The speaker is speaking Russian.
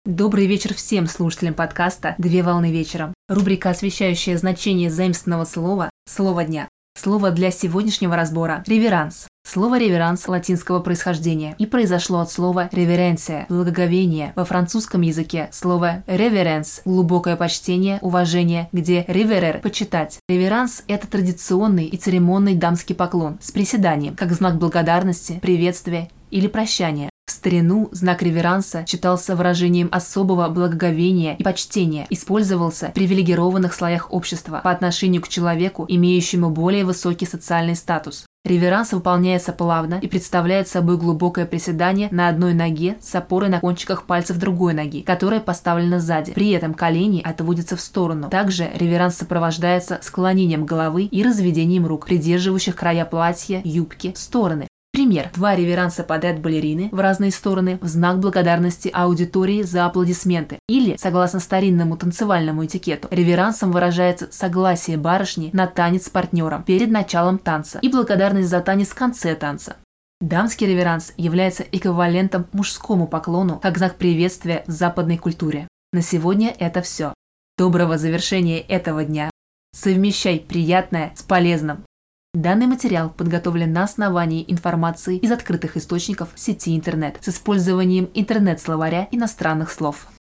Добрый вечер всем слушателям подкаста «Две волны вечером». Рубрика, освещающая значение заимственного слова «Слово дня». Слово для сегодняшнего разбора – реверанс. Слово «реверанс» латинского происхождения и произошло от слова «реверенция» – благоговение. Во французском языке слово «реверенс» – глубокое почтение, уважение, где «реверер» – почитать. Реверанс – это традиционный и церемонный дамский поклон с приседанием, как знак благодарности, приветствия или прощания. В старину знак реверанса считался выражением особого благоговения и почтения, использовался в привилегированных слоях общества по отношению к человеку, имеющему более высокий социальный статус. Реверанс выполняется плавно и представляет собой глубокое приседание на одной ноге с опорой на кончиках пальцев другой ноги, которая поставлена сзади. При этом колени отводятся в сторону. Также реверанс сопровождается склонением головы и разведением рук, придерживающих края платья, юбки, в стороны. Пример. 2 реверанса подряд балерины в разные стороны в знак благодарности аудитории за аплодисменты. Или, согласно старинному танцевальному этикету, реверансом выражается согласие барышни на танец с партнером перед началом танца и благодарность за танец в конце танца. Дамский реверанс является эквивалентом мужскому поклону как знак приветствия в западной культуре. На сегодня это все. Доброго завершения этого дня. Совмещай приятное с полезным. Данный материал подготовлен на основании информации из открытых источников сети интернет с использованием интернет-словаря иностранных слов.